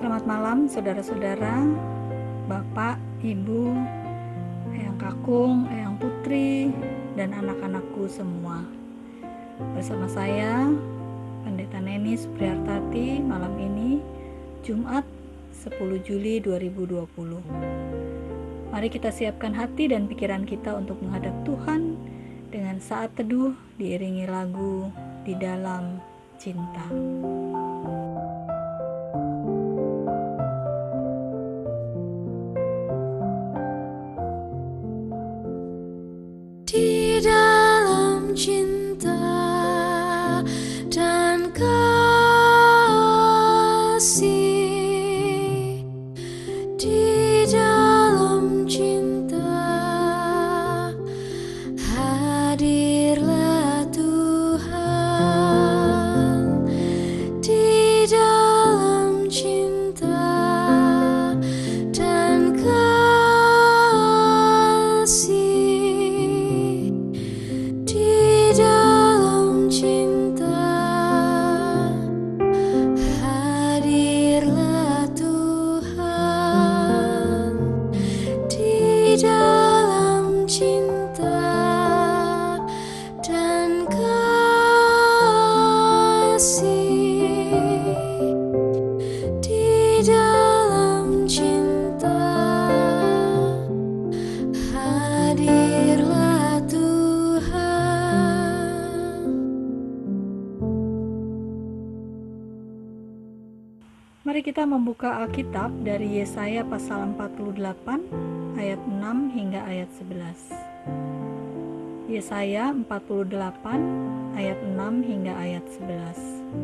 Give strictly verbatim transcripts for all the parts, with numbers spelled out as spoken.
Selamat malam saudara-saudara, Bapak, Ibu, Eyang Kakung, Eyang Putri, dan anak-anakku semua. Bersama saya, Pendeta Neni Supriyartati, malam ini, Jumat sepuluh Juli dua ribu dua puluh. Mari kita siapkan hati dan pikiran kita untuk menghadap Tuhan dengan saat teduh diiringi lagu Di Dalam Cinta. Di dalam cinta dan kasih, di dalam cinta hadirlah Tuhan. Di dalam cinta dan kasih, di dalam cinta dan kasih, di dalam cinta hadirlah Tuhan. Mari kita membuka Alkitab dari Yesaya pasal empat puluh delapan ayat enam hingga ayat sebelas. Yesaya empat puluh delapan ayat enam hingga ayat sebelas.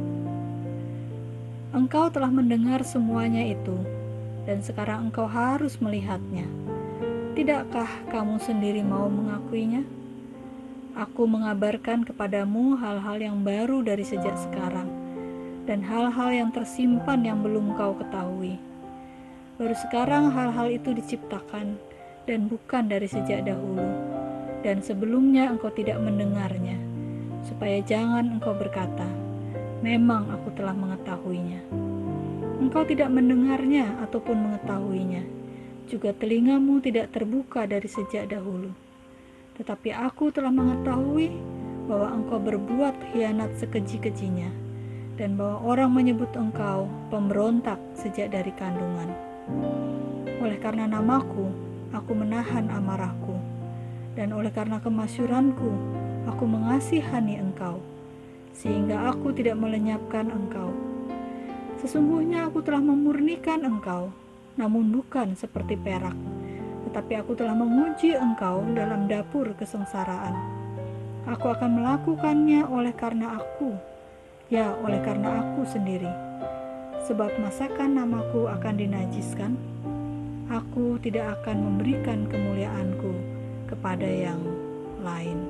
Engkau telah mendengar semuanya itu, dan sekarang engkau harus melihatnya. Tidakkah kamu sendiri mau mengakuinya? Aku mengabarkan kepadamu hal-hal yang baru dari sejak sekarang, dan hal-hal yang tersimpan yang belum kau ketahui. Baru sekarang hal-hal itu diciptakan, dan bukan dari sejak dahulu, dan sebelumnya engkau tidak mendengarnya, supaya jangan engkau berkata, memang aku telah mengetahuinya. Engkau tidak mendengarnya ataupun mengetahuinya, juga telingamu tidak terbuka dari sejak dahulu. Tetapi aku telah mengetahui bahwa engkau berbuat khianat sekeji-kejinya, dan bahwa orang menyebut engkau pemberontak sejak dari kandungan. Oleh karena namaku, aku menahan amarahku, dan oleh karena kemasyuranku, aku mengasihani engkau, sehingga aku tidak melenyapkan engkau. Sesungguhnya aku telah memurnikan engkau, namun bukan seperti perak, tetapi aku telah menguji engkau dalam dapur kesengsaraan. Aku akan melakukannya oleh karena aku, ya oleh karena aku sendiri. Sebab masakan namaku akan dinajiskan, aku tidak akan memberikan kemuliaanku kepada yang lain.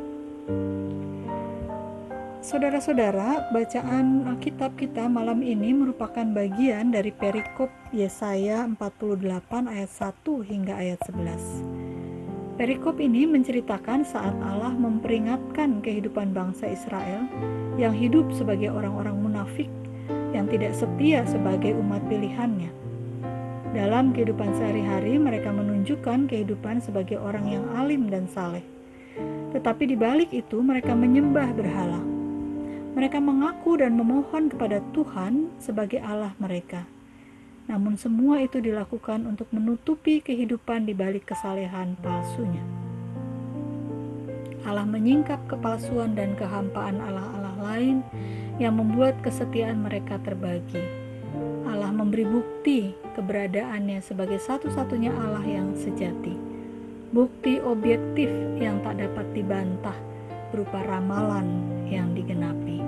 Saudara-saudara, bacaan Alkitab kita malam ini merupakan bagian dari perikop Yesaya empat puluh delapan ayat satu hingga ayat sebelas. Perikop ini menceritakan saat Allah memperingatkan kehidupan bangsa Israel yang hidup sebagai orang-orang munafik yang tidak setia sebagai umat pilihannya. Dalam kehidupan sehari-hari mereka menunjukkan kehidupan sebagai orang yang alim dan saleh. Tetapi di balik itu mereka menyembah berhala. Mereka mengaku dan memohon kepada Tuhan sebagai Allah mereka. Namun semua itu dilakukan untuk menutupi kehidupan di balik kesalehan palsunya. Allah menyingkap kepalsuan dan kehampaan Allah-Allah lain yang membuat kesetiaan mereka terbagi. Allah memberi bukti keberadaannya sebagai satu-satunya Allah yang sejati. Bukti objektif yang tak dapat dibantah berupa ramalan yang digenapi.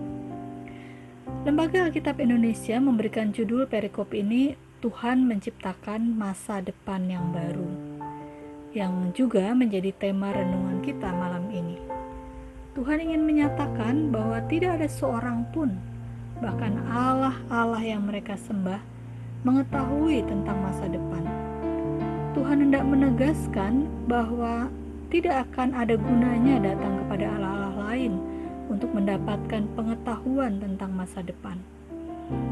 Lembaga Alkitab Indonesia memberikan judul perikop ini, Tuhan Menciptakan Masa Depan yang Baru, yang juga menjadi tema renungan kita malam ini. Tuhan ingin menyatakan bahwa tidak ada seorang pun, bahkan Allah-Allah yang mereka sembah, mengetahui tentang masa depan. Tuhan hendak menegaskan bahwa tidak akan ada gunanya datang kepada Allah-Allah lain untuk mendapatkan pengetahuan tentang masa depan. Allah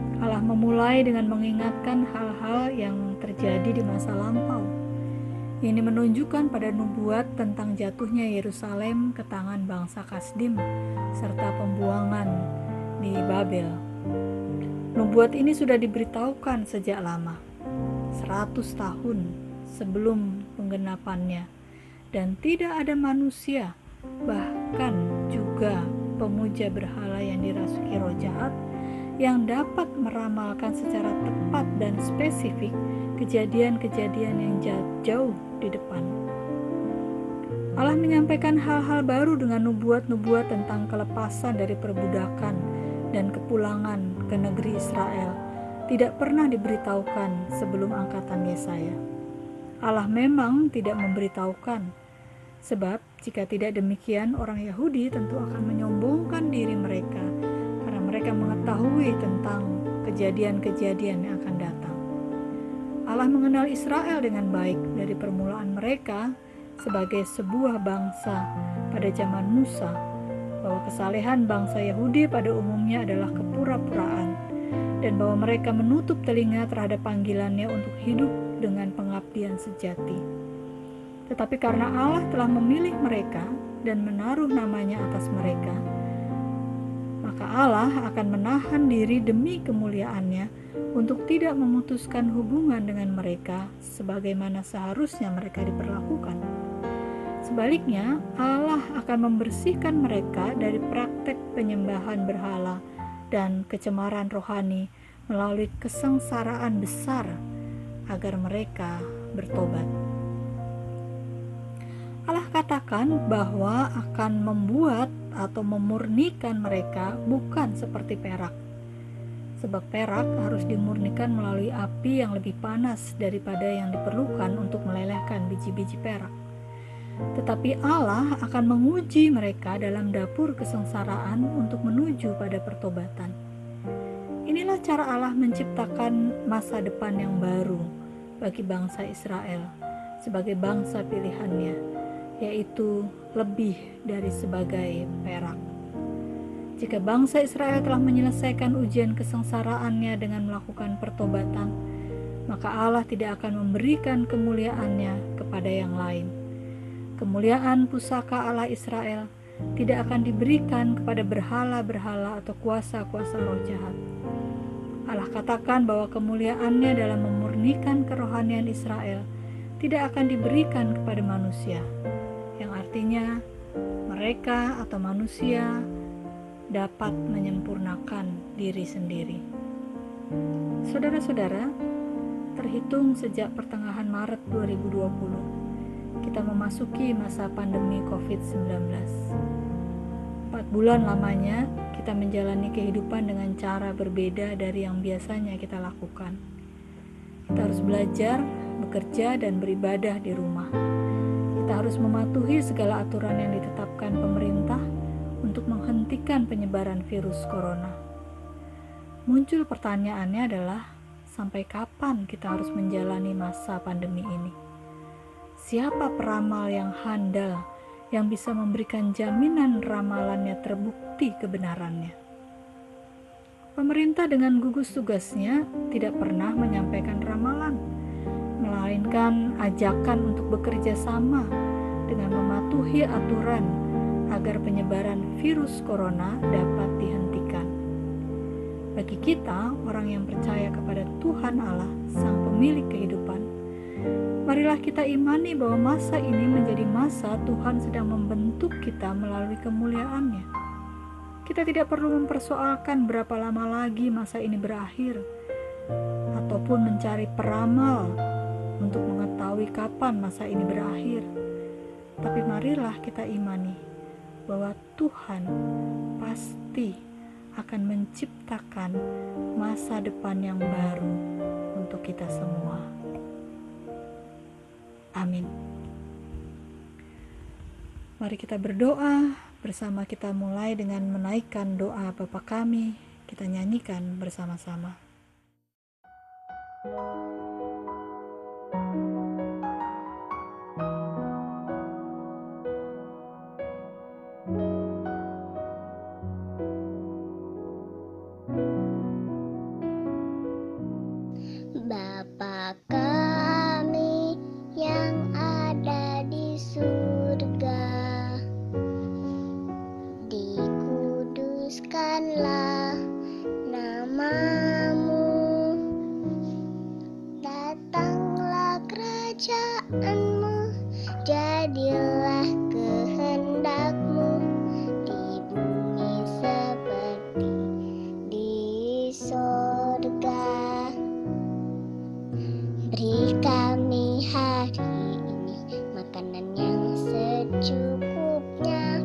memulai dengan mengingatkan hal-hal yang terjadi di masa lampau. Ini menunjukkan pada nubuat tentang jatuhnya Yerusalem ke tangan bangsa Kasdim serta pembuangan di Babel. Nubuat ini sudah diberitahukan sejak lama, seratus tahun sebelum penggenapannya, dan tidak ada manusia, bahkan juga pemuja berhala yang dirasuki roh jahat, yang dapat meramalkan secara tepat dan spesifik kejadian-kejadian yang jauh di depan. Allah menyampaikan hal-hal baru dengan nubuat-nubuat tentang kelepasan dari perbudakan dan kepulangan ke negeri Israel, tidak pernah diberitahukan sebelum angkatan Yesaya. Allah memang tidak memberitahukan, sebab jika tidak demikian orang Yahudi tentu akan menyombongkan diri mereka karena mereka mengetahui tentang kejadian-kejadian yang akan datang. Allah mengenal Israel dengan baik dari permulaan mereka sebagai sebuah bangsa pada zaman Musa, bahwa kesalehan bangsa Yahudi pada umumnya adalah kepura-puraan, dan bahwa mereka menutup telinga terhadap panggilannya untuk hidup dengan pengabdian sejati. Tetapi karena Allah telah memilih mereka dan menaruh namanya atas mereka, maka Allah akan menahan diri demi kemuliaannya untuk tidak memutuskan hubungan dengan mereka sebagaimana seharusnya mereka diperlakukan. Sebaliknya, Allah akan membersihkan mereka dari praktek penyembahan berhala dan kecemaran rohani melalui kesengsaraan besar agar mereka bertobat. Allah katakan bahwa akan membuat atau memurnikan mereka bukan seperti perak, sebab perak harus dimurnikan melalui api yang lebih panas daripada yang diperlukan untuk melelehkan biji-biji perak. Tetapi Allah akan menguji mereka dalam dapur kesengsaraan untuk menuju pada pertobatan. Inilah cara Allah menciptakan masa depan yang baru bagi bangsa Israel sebagai bangsa pilihannya, yaitu lebih dari sebagai perak. Jika bangsa Israel telah menyelesaikan ujian kesengsaraannya dengan melakukan pertobatan, maka Allah tidak akan memberikan kemuliaannya kepada yang lain. Kemuliaan pusaka Allah Israel tidak akan diberikan kepada berhala-berhala atau kuasa-kuasa roh jahat. Allah katakan bahwa kemuliaannya dalam memurnikan kerohanian Israel tidak akan diberikan kepada manusia, yang artinya mereka atau manusia dapat menyempurnakan diri sendiri. Saudara-saudara, terhitung sejak pertengahan Maret dua ribu dua puluh, kita memasuki masa pandemi covid sembilan belas. Empat bulan lamanya kita menjalani kehidupan dengan cara berbeda dari yang biasanya kita lakukan. Kita harus belajar, bekerja, dan beribadah di rumah. Kita harus mematuhi segala aturan yang ditetapkan pemerintah untuk menghentikan penyebaran virus corona. Muncul pertanyaannya adalah, sampai kapan kita harus menjalani masa pandemi ini? Siapa peramal yang handal yang bisa memberikan jaminan ramalannya terbukti kebenarannya? Pemerintah dengan gugus tugasnya tidak pernah menyampaikan ramalan, melainkan ajakan untuk bekerja sama dengan mematuhi aturan agar penyebaran virus corona dapat dihentikan. Bagi kita, orang yang percaya kepada Tuhan Allah, Sang Pemilik kehidupan, marilah kita imani bahwa masa ini menjadi masa Tuhan sedang membentuk kita melalui kemuliaannya. Kita tidak perlu mempersoalkan berapa lama lagi masa ini berakhir, ataupun mencari peramal untuk mengetahui kapan masa ini berakhir. Tapi marilah kita imani bahwa Tuhan pasti akan menciptakan masa depan yang baru untuk kita semua. Amin. Mari kita berdoa bersama. Kita mulai dengan menaikkan doa Bapa kami. Kita nyanyikan bersama-sama. jadilah kehendak-Mu di bumi seperti di sorga. Beri kami hari ini makanan yang secukupnya.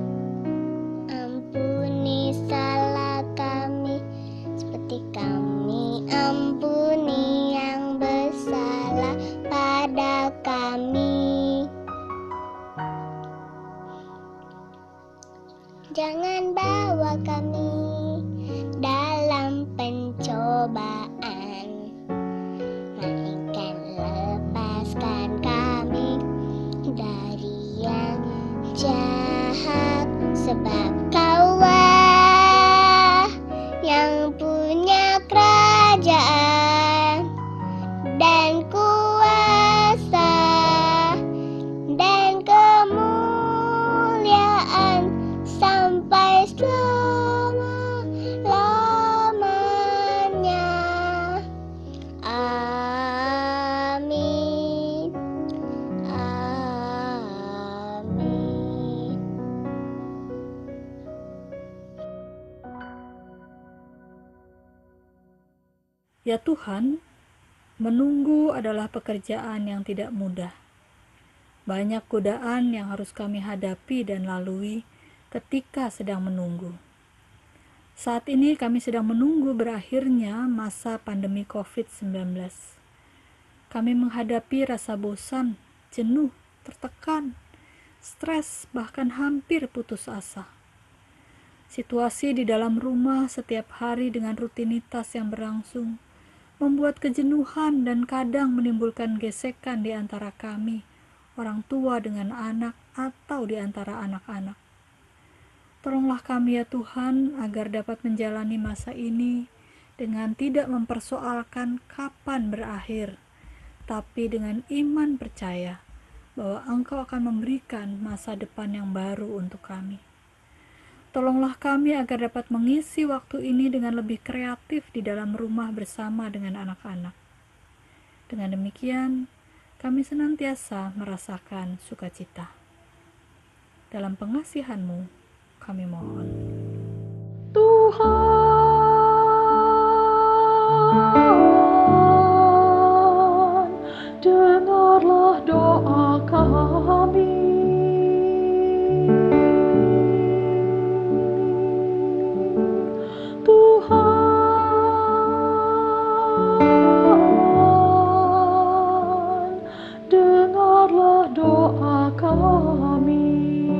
Ampuni salah kami seperti kami ampuni yang bersalah pada kami. Jangan bawa kami dalam pencobaan, melainkan lepaskan kami dari yang jahat. Sebab Kaulah yang punya kerajaan dan kuasa dan kemuliaan sampai selama-lamanya. Amin. Amin. Ya Tuhan, menunggu adalah pekerjaan yang tidak mudah. Banyak godaan yang harus kami hadapi dan lalui ketika sedang menunggu. Saat ini kami sedang menunggu berakhirnya masa pandemi covid sembilan belas. Kami menghadapi rasa bosan, jenuh, tertekan, stres, bahkan hampir putus asa. Situasi di dalam rumah setiap hari dengan rutinitas yang berlangsung membuat kejenuhan dan kadang menimbulkan gesekan di antara kami, orang tua dengan anak, atau di antara anak-anak. Tolonglah kami ya Tuhan, agar dapat menjalani masa ini dengan tidak mempersoalkan kapan berakhir, tapi dengan iman percaya bahwa Engkau akan memberikan masa depan yang baru untuk kami. Tolonglah kami agar dapat mengisi waktu ini dengan lebih kreatif di dalam rumah bersama dengan anak-anak. Dengan demikian, kami senantiasa merasakan sukacita. Dalam pengasihan-Mu, kami mohon. Tuhan, dengarlah doa kami. Tuhan, dengarlah doa kami.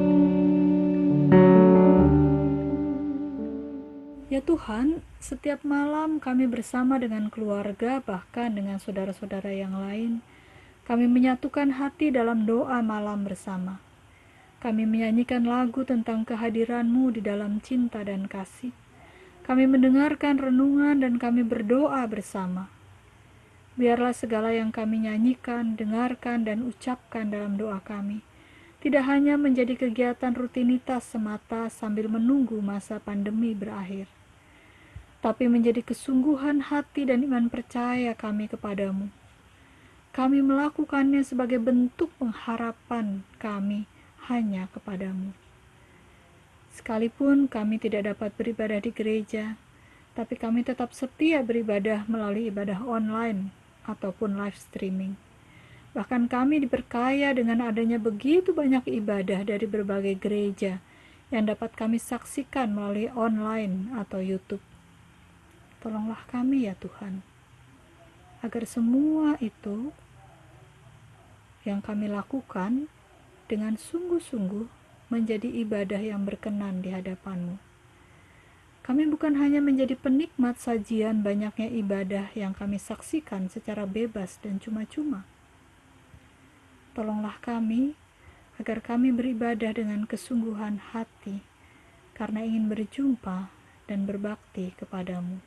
Ya Tuhan, setiap malam kami bersama dengan keluarga, bahkan dengan saudara-saudara yang lain, kami menyatukan hati dalam doa malam bersama. Kami menyanyikan lagu tentang kehadiran-Mu di dalam cinta dan kasih. Kami mendengarkan renungan dan kami berdoa bersama. Biarlah segala yang kami nyanyikan, dengarkan, dan ucapkan dalam doa kami tidak hanya menjadi kegiatan rutinitas semata sambil menunggu masa pandemi berakhir, tapi menjadi kesungguhan hati dan iman percaya kami kepadamu. Kami melakukannya sebagai bentuk pengharapan kami hanya kepadamu. Sekalipun kami tidak dapat beribadah di gereja, tapi kami tetap setia beribadah melalui ibadah online ataupun live streaming. Bahkan kami diperkaya dengan adanya begitu banyak ibadah dari berbagai gereja yang dapat kami saksikan melalui online atau YouTube. Tolonglah kami ya Tuhan, agar semua itu yang kami lakukan dengan sungguh-sungguh menjadi ibadah yang berkenan di hadapan-Mu. Kami bukan hanya menjadi penikmat sajian banyaknya ibadah yang kami saksikan secara bebas dan cuma-cuma. Tolonglah kami agar kami beribadah dengan kesungguhan hati karena ingin berjumpa dan berbakti kepadamu.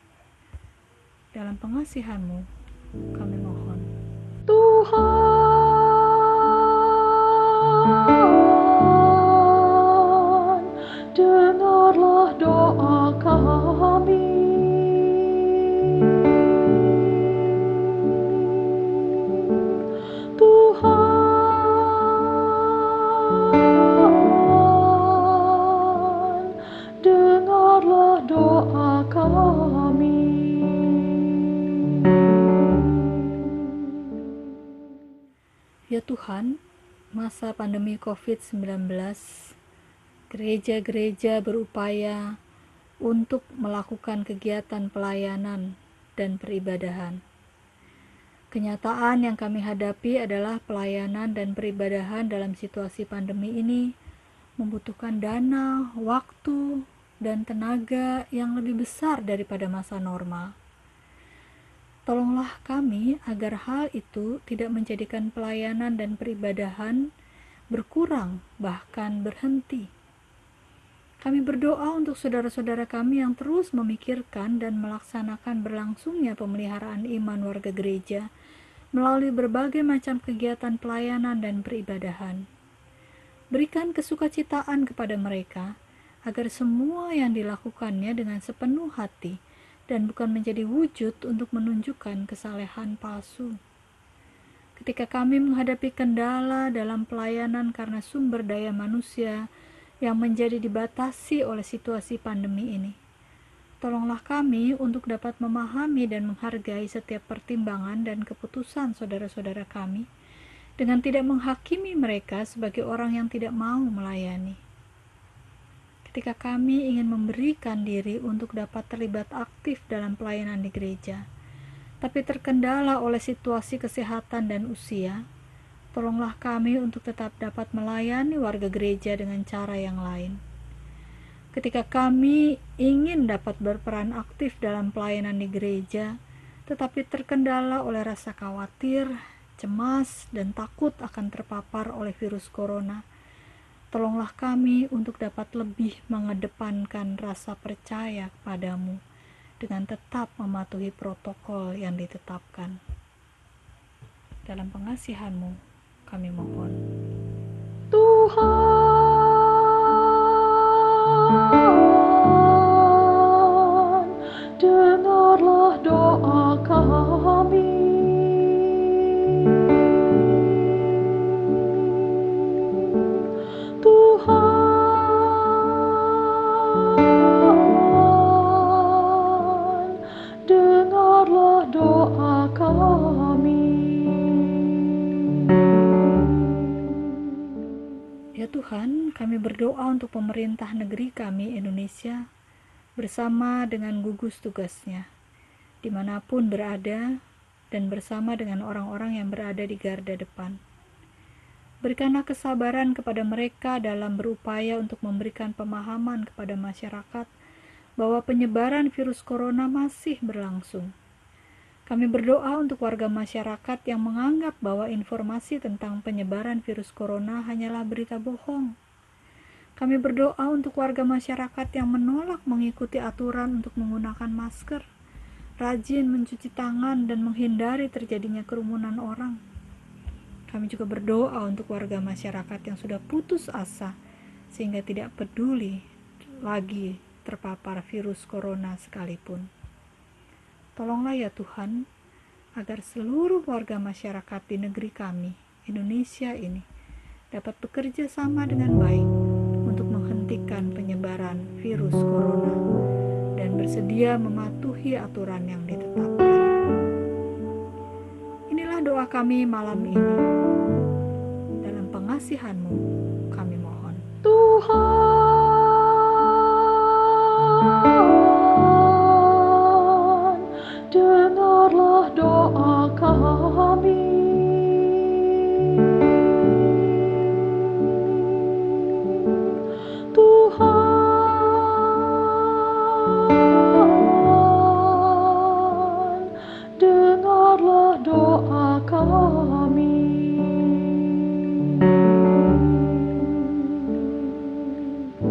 Dalam pengasihan-Mu kami mohon. Tuhan, dengarlah doa kami. Tuhan, Ya Tuhan, masa pandemi covid sembilan belas, gereja-gereja berupaya untuk melakukan kegiatan pelayanan dan peribadahan. Kenyataan yang kami hadapi adalah pelayanan dan peribadahan dalam situasi pandemi ini membutuhkan dana, waktu, dan tenaga yang lebih besar daripada masa normal. Tolonglah kami agar hal itu tidak menjadikan pelayanan dan peribadahan berkurang, bahkan berhenti. Kami berdoa untuk saudara-saudara kami yang terus memikirkan dan melaksanakan berlangsungnya pemeliharaan iman warga gereja melalui berbagai macam kegiatan pelayanan dan peribadahan. Berikan kesukacitaan kepada mereka agar semua yang dilakukannya dengan sepenuh hati dan bukan menjadi wujud untuk menunjukkan kesalehan palsu. Ketika kami menghadapi kendala dalam pelayanan karena sumber daya manusia yang menjadi dibatasi oleh situasi pandemi ini, tolonglah kami untuk dapat memahami dan menghargai setiap pertimbangan dan keputusan saudara-saudara kami dengan tidak menghakimi mereka sebagai orang yang tidak mau melayani. Ketika kami ingin memberikan diri untuk dapat terlibat aktif dalam pelayanan di gereja, tapi terkendala oleh situasi kesehatan dan usia, tolonglah kami untuk tetap dapat melayani warga gereja dengan cara yang lain. Ketika kami ingin dapat berperan aktif dalam pelayanan di gereja, tetapi terkendala oleh rasa khawatir, cemas, dan takut akan terpapar oleh virus corona, tolonglah kami untuk dapat lebih mengedepankan rasa percaya kepadamu dengan tetap mematuhi protokol yang ditetapkan. Dalam pengasihan-Mu kami mohon. Tuhan, dengarlah doa kami. Tuhan, dengarlah doa kami. Ya Tuhan, kami berdoa untuk pemerintah negeri kami Indonesia bersama dengan gugus tugasnya, dimanapun berada, dan bersama dengan orang-orang yang berada di garda depan. Berikanlah kesabaran kepada mereka dalam berupaya untuk memberikan pemahaman kepada masyarakat bahwa penyebaran virus corona masih berlangsung. Kami berdoa untuk warga masyarakat yang menganggap bahwa informasi tentang penyebaran virus corona hanyalah berita bohong. Kami berdoa untuk warga masyarakat yang menolak mengikuti aturan untuk menggunakan masker, rajin mencuci tangan, dan menghindari terjadinya kerumunan orang. Kami juga berdoa untuk warga masyarakat yang sudah putus asa sehingga tidak peduli lagi terpapar virus corona sekalipun. Tolonglah ya Tuhan, agar seluruh warga masyarakat di negeri kami, Indonesia ini, dapat bekerja sama dengan baik untuk menghentikan penyebaran virus corona dan bersedia mematuhi aturan yang ditetapkan. Inilah doa kami malam ini. Dalam pengasihan-Mu kami mohon. Tuhan, dengarlah doa kami. Tuhan, dengarlah doa kami.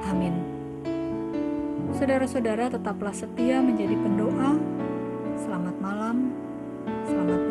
Amin. Saudara-saudara tetaplah setia menjadi pendoa. Selamat malam, selamat